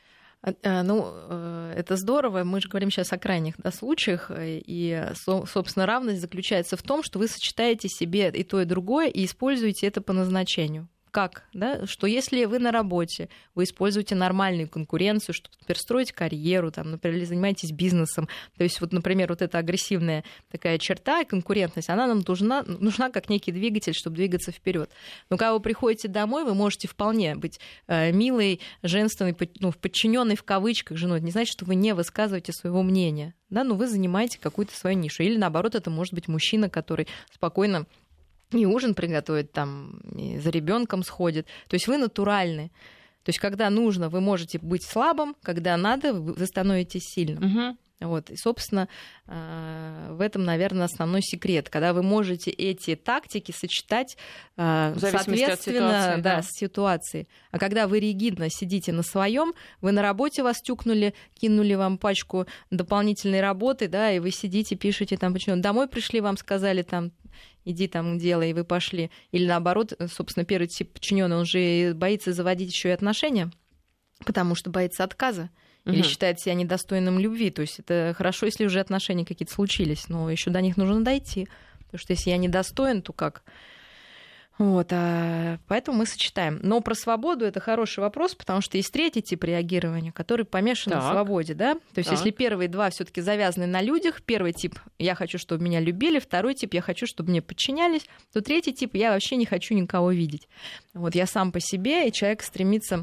Ну, это здорово. Мы же говорим сейчас о крайних случаях. И, собственно, равность заключается в том, что вы сочетаете себе и то, и другое, и используете это по назначению. Как? Да? Что если вы на работе, вы используете нормальную конкуренцию, чтобы, например, строить карьеру, там, например, или занимаетесь бизнесом. То есть, вот, например, вот эта агрессивная такая черта, конкурентность, она нам нужна как некий двигатель, чтобы двигаться вперед. Но когда вы приходите домой, вы можете вполне быть милой, женственной, подчиненной в кавычках женой. Это не значит, что вы не высказываете своего мнения. Да? Но вы занимаете какую-то свою нишу. Или, наоборот, это может быть мужчина, который спокойно и ужин приготовит, там, и за ребенком сходит. То есть вы натуральны. То есть когда нужно, вы можете быть слабым, когда надо, вы становитесь сильным. Угу. Вот. И, собственно, в этом, наверное, основной секрет, когда вы можете эти тактики сочетать соответственно с ситуацией. А когда вы ригидно сидите на своем, вы на работе вас тюкнули, кинули вам пачку дополнительной работы, да, и вы сидите, пишете там, почему домой пришли, вам сказали там, иди там делай, и вы пошли. Или наоборот, собственно, первый тип подчиненный, он же боится заводить еще и отношения, потому что боится отказа. Или считает себя недостойным любви. То есть это хорошо, если уже отношения какие-то случились, но еще до них нужно дойти. Потому что если я недостоин, то как? Вот, поэтому мы сочетаем. Но про свободу это хороший вопрос, потому что есть третий тип реагирования, который помешан на свободе. Да? То есть если первые два все-таки завязаны на людях, первый тип «я хочу, чтобы меня любили», второй тип «я хочу, чтобы мне подчинялись», то третий тип «я вообще не хочу никого видеть». Вот я сам по себе, и человек стремится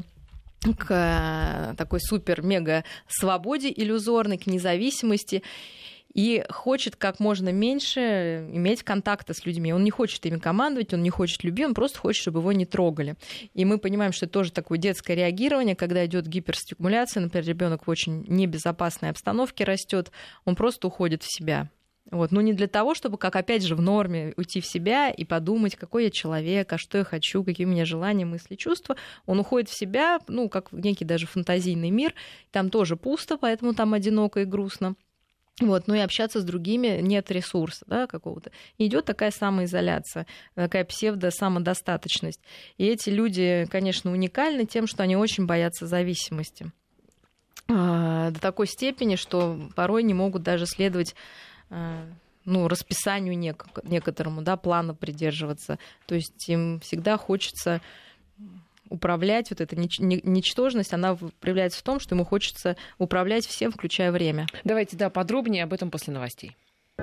к такой супер-мега-свободе иллюзорной, к независимости, и хочет как можно меньше иметь контакта с людьми. Он не хочет ими командовать, он не хочет любви, он просто хочет, чтобы его не трогали. И мы понимаем, что это тоже такое детское реагирование, когда идет гиперстимуляция, например, ребенок в очень небезопасной обстановке растет, он просто уходит в себя. Вот. Но не для того, чтобы, как опять же в норме, уйти в себя и подумать, какой я человек, а что я хочу, какие у меня желания, мысли, чувства. Он уходит в себя, как в некий даже фантазийный мир. Там тоже пусто, поэтому там одиноко и грустно. Вот, и общаться с другими нет ресурса, да, какого-то. И идет такая самоизоляция, такая псевдо-самодостаточность. И эти люди, конечно, уникальны тем, что они очень боятся зависимости. До такой степени, что порой не могут даже следовать расписанию некоторому, да, плана придерживаться. То есть им всегда хочется управлять, вот эта ничтожность, она проявляется в том, что ему хочется управлять всем, включая время. Давайте, подробнее об этом после новостей.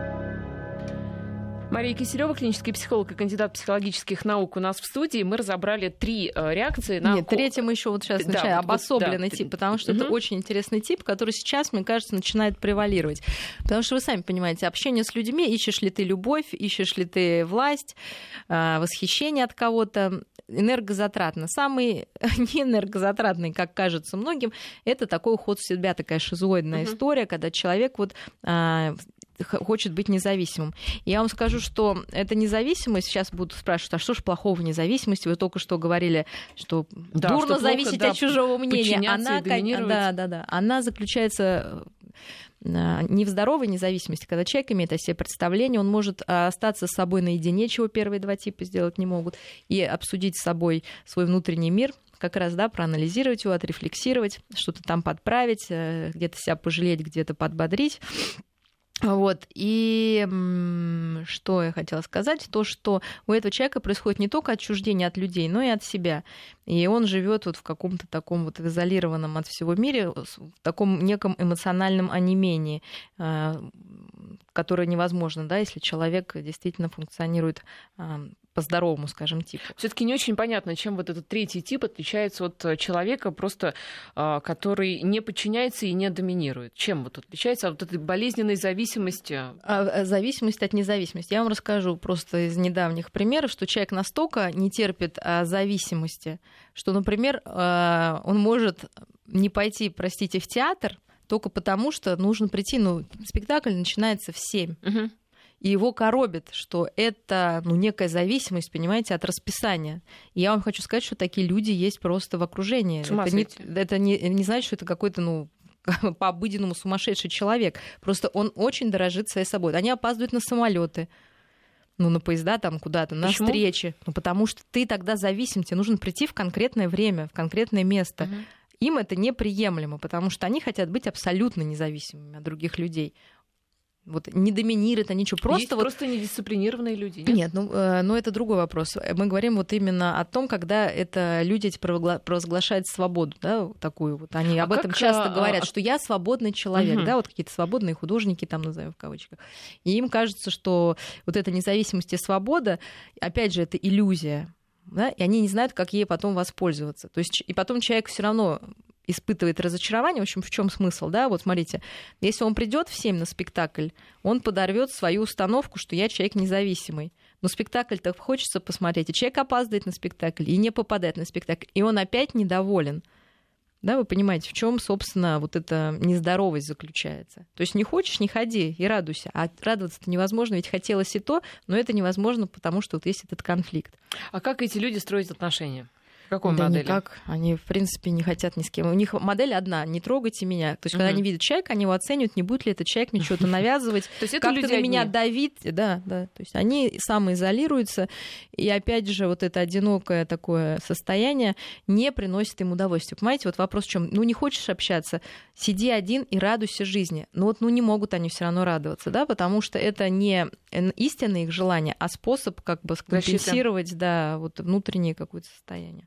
Мария Киселева, клинический психолог и кандидат психологических наук, у нас в студии. Мы разобрали 3 реакции на... Нет, третье мы еще вот сейчас начинаем. Обособленный тип, потому что это очень интересный тип, который сейчас, мне кажется, начинает превалировать. Потому что вы сами понимаете, общение с людьми, ищешь ли ты любовь, ищешь ли ты власть, восхищение от кого-то, энергозатратно. Самый неэнергозатратный, как кажется многим, это такой уход в себя, такая шизоидная история, когда человек хочет быть независимым. Я вам скажу, что эта независимость, сейчас буду спрашивать, а что ж плохого в независимости? Вы только что говорили, что дурно зависеть от чужого мнения. Она заключается не в здоровой независимости, когда человек имеет о себе представление, он может остаться с собой наедине, чего первые 2 типа сделать не могут, и обсудить с собой свой внутренний мир, как раз, проанализировать его, отрефлексировать, что-то там подправить, где-то себя пожалеть, где-то подбодрить. Вот. И что я хотела сказать, то, что у этого человека происходит не только отчуждение от людей, но и от себя. И он живет в каком-то таком изолированном от всего мире, в таком неком эмоциональном онемении, которое невозможно, если человек действительно функционирует по здоровому, скажем, типу. Все-таки не очень понятно, чем вот этот третий тип отличается от человека, просто который не подчиняется и не доминирует. Чем вот отличается от этой болезненной зависимости? Зависимость от независимости. Я вам расскажу просто из недавних примеров, что человек настолько не терпит зависимости, что, например, он может не пойти, простите, в театр только потому, что нужно прийти. Спектакль начинается в 7. Угу. И его коробит, что это некая зависимость, понимаете, от расписания. И я вам хочу сказать, что такие люди есть просто в окружении. Это не значит, что это какой-то, по-обыденному сумасшедший человек. Просто он очень дорожит своей собой. Они опаздывают на самолеты, на поезда там куда-то, на встречи. Потому что ты тогда зависим, тебе нужно прийти в конкретное время, в конкретное место. Угу. Им это неприемлемо, потому что они хотят быть абсолютно независимыми от других людей. Не доминируют они, что просто... Есть просто недисциплинированные люди, нет? Нет, но это другой вопрос. Мы говорим именно о том, когда это люди провозглашают свободу, да, такую вот. Они об этом часто говорят, что я свободный человек, да, какие-то свободные художники, там назовем в кавычках. И им кажется, что эта независимость и свобода, опять же, это иллюзия, да, и они не знают, как ей потом воспользоваться. То есть, и потом человек все равно испытывает разочарование. В общем, в чем смысл, да? Вот смотрите, если он придет в 7 на спектакль, он подорвет свою установку, что я человек независимый. Но спектакль-то хочется посмотреть, и человек опаздывает на спектакль и не попадает на спектакль, и он опять недоволен. Да, вы понимаете, в чем, собственно, эта нездоровость заключается. То есть не хочешь, не ходи и радуйся. А радоваться-то невозможно, ведь хотелось и то, но это невозможно, потому что есть этот конфликт. А как эти люди строят отношения? В какой модели? Никак. Они, в принципе, не хотят ни с кем. У них модель одна: не трогайте меня. То есть, когда они видят человека, они его оценивают, не будет ли этот человек мне что-то навязывать, как-то на меня давить. Да. То есть они самоизолируются, и опять же, это одинокое такое состояние не приносит им удовольствия. Понимаете, вопрос в чем? Не хочешь общаться, сиди один и радуйся жизни. Но не могут они все равно радоваться, да, потому что это не истинное их желание, а способ компенсировать, внутреннее какое-то состояние.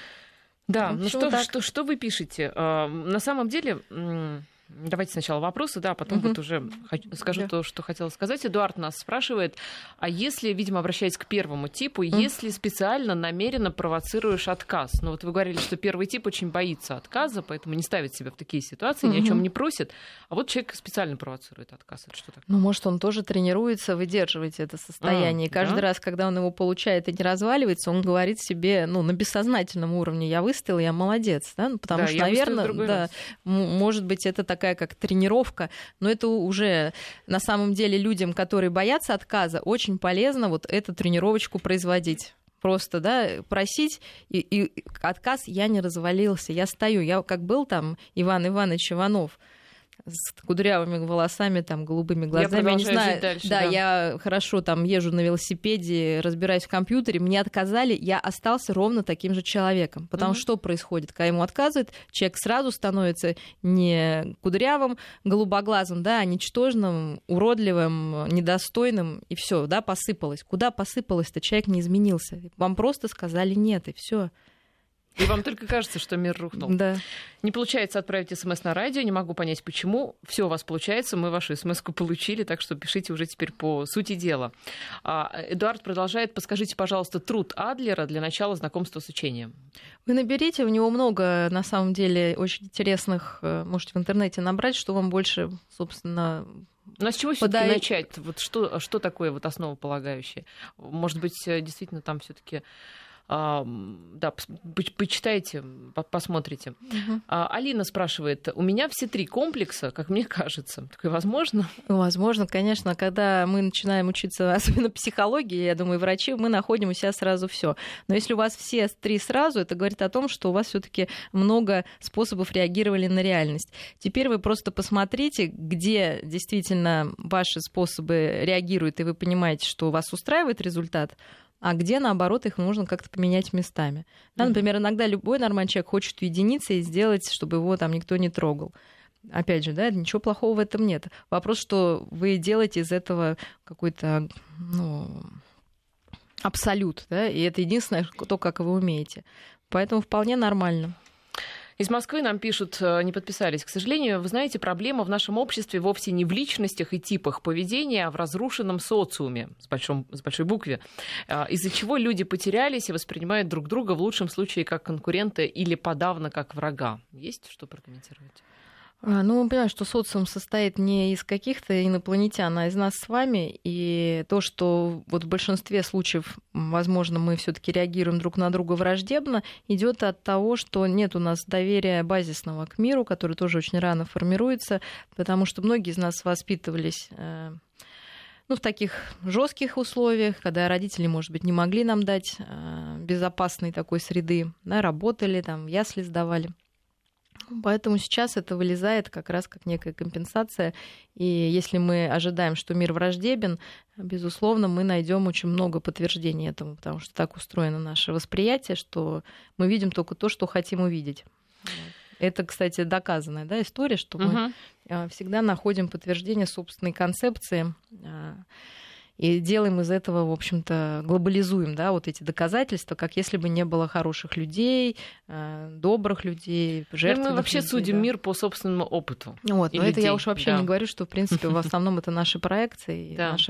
Да, что вы пишете? На самом деле, давайте сначала вопросы, да, потом уже скажу то, что хотела сказать. Эдуард нас спрашивает, а если, видимо, обращаясь к первому типу, если специально, намеренно провоцируешь отказ? Вы говорили, что первый тип очень боится отказа, поэтому не ставит себя в такие ситуации, ни о чем не просит. А человек специально провоцирует отказ. Это что такое? Может, он тоже тренируется выдерживать это состояние. И каждый раз, когда он его получает и не разваливается, он говорит себе, на бессознательном уровне: я выстоял, я молодец. Да? Потому что, наверное, может быть, это такая как тренировка, но это уже на самом деле людям, которые боятся отказа, очень полезно эту тренировочку производить. Просто, просить, и отказ: я не развалился, я стою. Я как был там Иван Иванович Иванов с кудрявыми волосами, голубыми глазами. Я не знаю. Дальше, да, я хорошо езжу на велосипеде, разбираюсь в компьютере. Мне отказали, я остался ровно таким же человеком. Потому что происходит? Когда ему отказывают, человек сразу становится не кудрявым, голубоглазым, а ничтожным, уродливым, недостойным, и все, посыпалось. Куда посыпалось-то? Человек не изменился. Вам просто сказали нет, и все. И вам только кажется, что мир рухнул. Да. Не получается отправить смс на радио, не могу понять, почему. Все у вас получается, мы вашу смс-ку получили, так что пишите уже теперь по сути дела. Эдуард продолжает. Подскажите, пожалуйста, труд Адлера для начала знакомства с учением. Вы наберите, у него много, на самом деле, очень интересных, можете в интернете набрать, что вам больше, собственно... Но с чего все-таки начать? Что такое основополагающее? Может быть, действительно там все-таки... Да, почитайте, посмотрите. Алина спрашивает, у меня все 3 комплекса, как мне кажется. Такое возможно? Возможно, конечно. Когда мы начинаем учиться, особенно психологии, я думаю, врачи, мы находим у себя сразу все. Но если у вас все 3 сразу, это говорит о том, что у вас все-таки много способов реагировали на реальность. Теперь вы просто посмотрите, где действительно ваши способы реагируют, и вы понимаете, что вас устраивает результат, а где, наоборот, их нужно как-то поменять местами. Да, например, иногда любой нормальный человек хочет уединиться и сделать, чтобы его там никто не трогал. Опять же, ничего плохого в этом нет. Вопрос, что вы делаете из этого какой-то абсолют, да, и это единственное, то, как вы умеете. Поэтому вполне нормально. Из Москвы нам пишут, не подписались, к сожалению. Вы знаете, проблема в нашем обществе вовсе не в личностях и типах поведения, а в разрушенном социуме, с большой буквы, из-за чего люди потерялись и воспринимают друг друга в лучшем случае как конкурента или подавно как врага. Есть что прокомментировать? Ну, мы понимаем, что социум состоит не из каких-то инопланетян, а из нас с вами. И то, что вот в большинстве случаев, возможно, мы все-таки реагируем друг на друга враждебно, идет от того, что нет у нас доверия базисного к миру, который тоже очень рано формируется, потому что многие из нас воспитывались в таких жестких условиях, когда родители, может быть, не могли нам дать безопасной такой среды, да, работали, там, ясли сдавали. Поэтому сейчас это вылезает как раз как некая компенсация. И если мы ожидаем, что мир враждебен, безусловно, мы найдем очень много подтверждений этому, потому что так устроено наше восприятие, что мы видим только то, что хотим увидеть. Это, кстати, доказанная, да, история, что мы всегда находим подтверждение собственной концепции и делаем из этого, в общем-то, глобализуем, да, вот эти доказательства, как если бы не было хороших людей, добрых людей, жертвенных. Мы вообще людей, судим да. Мир по собственному опыту. Вот, но это людей. я уж вообще не говорю, что, в принципе, в основном это наши проекции, Да. наша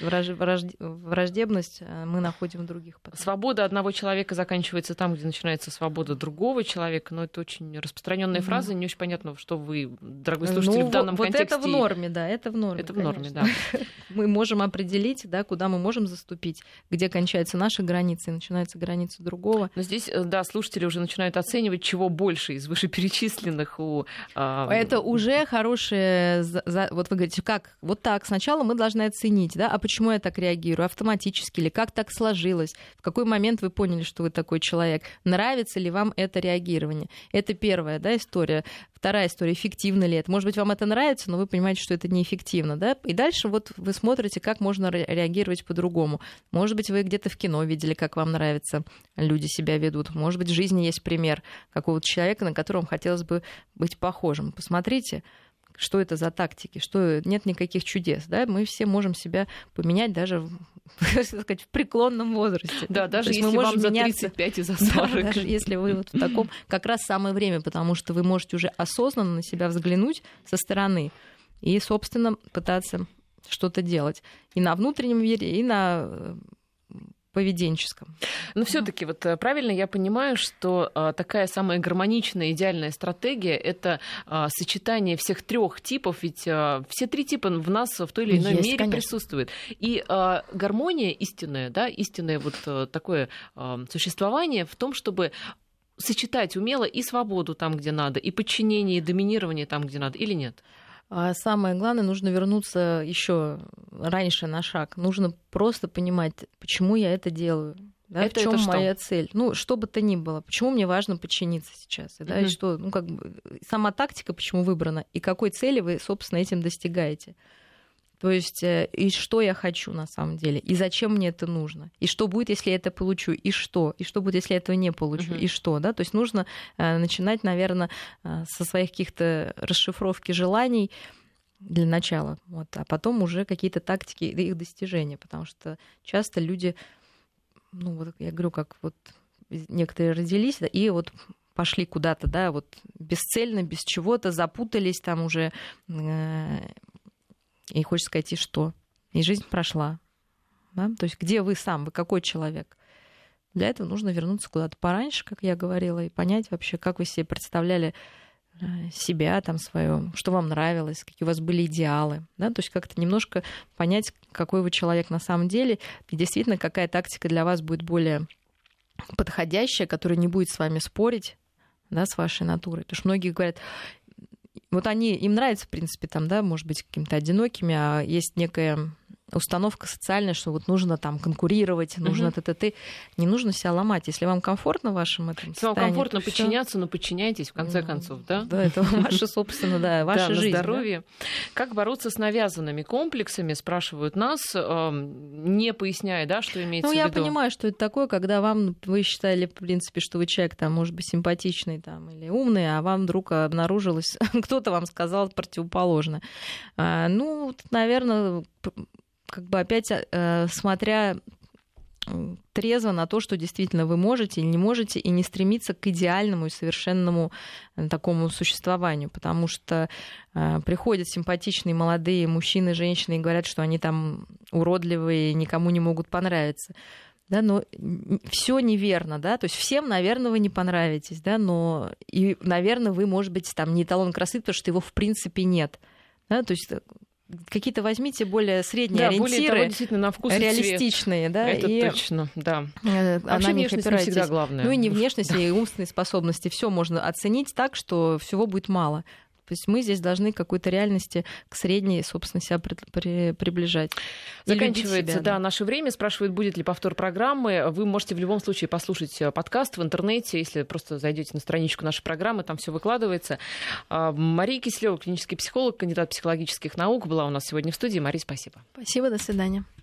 враждебность мы находим в других. Свобода одного человека заканчивается там, где начинается свобода другого человека, но это очень распространенная фраза, не очень понятно, что вы, дорогой слушатель, в данном контексте... Вот это в норме, да, это в норме. Это в норме, да. Мы можем определить, да, куда мы можем заступить, где кончаются наши границы и начинаются границы другого. Но здесь, да, слушатели уже начинают оценивать, чего больше из вышеперечисленных Это уже хорошее... Вот вы говорите, как? Вот так, сначала мы должны оценить, да, а почему я так реагирую, автоматически или как так сложилось, в какой момент вы поняли, что вы такой человек, нравится ли вам это реагирование. Это первая, да, история. Вторая история, эффективно ли это. Может быть, вам это нравится, но вы понимаете, что это неэффективно, да? И дальше вот вы смотрите, как можно реагировать по-другому. Может быть, вы где-то в кино видели, как вам нравится, люди себя ведут. Может быть, в жизни есть пример какого-то человека, на которого хотелось бы быть похожим. Посмотрите, что это за тактики, что нет никаких чудес, да? Мы все можем себя поменять даже в преклонном возрасте. Да, даже если вам за 35 и за 40. Да, даже если вы вот в таком... Как раз самое время, потому что вы можете уже осознанно на себя взглянуть со стороны и, собственно, пытаться что-то делать. И на внутреннем мире, и на поведенческом. Но все-таки вот правильно я понимаю, что такая самая гармоничная, идеальная стратегия — это сочетание всех трех типов, ведь все три типа в нас в той или иной мере конечно. Присутствуют. И гармония истинная, да, истинное вот такое существование в том, чтобы сочетать умело и свободу там, где надо, и подчинение, и доминирование там, где надо, или нет? А самое главное, нужно вернуться еще раньше на шаг. Нужно просто понимать, почему я это делаю. Да, в чем моя цель? Ну, что бы то ни было. Почему мне важно подчиниться сейчас? Да, и что, ну, как бы, сама тактика, почему выбрана, и какой цели вы, собственно, этим достигаете. То есть, и что я хочу на самом деле, и зачем мне это нужно, и что будет, если я это получу, и что будет, если я этого не получу, и что, да, то есть нужно начинать, наверное, со своих каких-то расшифровки желаний для начала, вот, а потом уже какие-то тактики их достижения, потому что часто люди, ну, вот я говорю, как вот некоторые родились, да, и вот пошли куда-то, да, вот бесцельно, без чего-то, запутались там уже... И хочется сказать, и что? И жизнь прошла. Да? То есть где вы сам, вы какой человек? Для этого нужно вернуться куда-то пораньше, как я говорила, и понять вообще, как вы себе представляли себя, там, свое, что вам нравилось, какие у вас были идеалы. Да? То есть как-то немножко понять, какой вы человек на самом деле, и действительно, какая тактика для вас будет более подходящая, которая не будет с вами спорить, да, с вашей натурой. Потому что многие говорят... Вот им нравится, в принципе, там, да, может быть, какими-то одинокими, а есть некая установка социальная, что вот нужно там конкурировать, нужно т-т-т. Не нужно себя ломать. Если вам комфортно в вашем этом состоянии... Если вам комфортно подчиняться, но подчиняйтесь, в конце концов, да? Да, это ваша, собственно, да, ваша жизнь. На здоровье. Да? Как бороться с навязанными комплексами, спрашивают нас, не поясняя, да, что имеется в виду. Ну, я понимаю, что это такое, когда вы считали, в принципе, что вы человек, там, может быть, симпатичный там, или умный, а вам вдруг обнаружилось, кто-то вам сказал противоположное. Ну, наверное... Как бы опять смотря трезво на то, что действительно вы можете или не можете, и не стремиться к идеальному и совершенному такому существованию, потому что приходят симпатичные молодые мужчины, женщины и говорят, что они там уродливые, никому не могут понравиться. Да, но все неверно, да, то есть всем, наверное, вы не понравитесь, да, но и, наверное, вы, может быть, там не эталон красоты, потому что его в принципе нет, да, то есть какие-то возьмите более средние ориентиры, более того, действительно на вкус реалистичные, да, это и точно, да. Вообще внешность не всегда главное. Ну и не внешность, и умственные способности, все можно оценить так, что всего будет мало. То есть мы здесь должны к какой-то реальности, к средней, собственно, себя приближать. Заканчивается, себя, наше время. Спрашивают, будет ли повтор программы. Вы можете в любом случае послушать подкаст в интернете, если просто зайдете на страничку нашей программы, там все выкладывается. Мария Киселева, клинический психолог, кандидат психологических наук, была у нас сегодня в студии. Мария, спасибо. Спасибо, до свидания.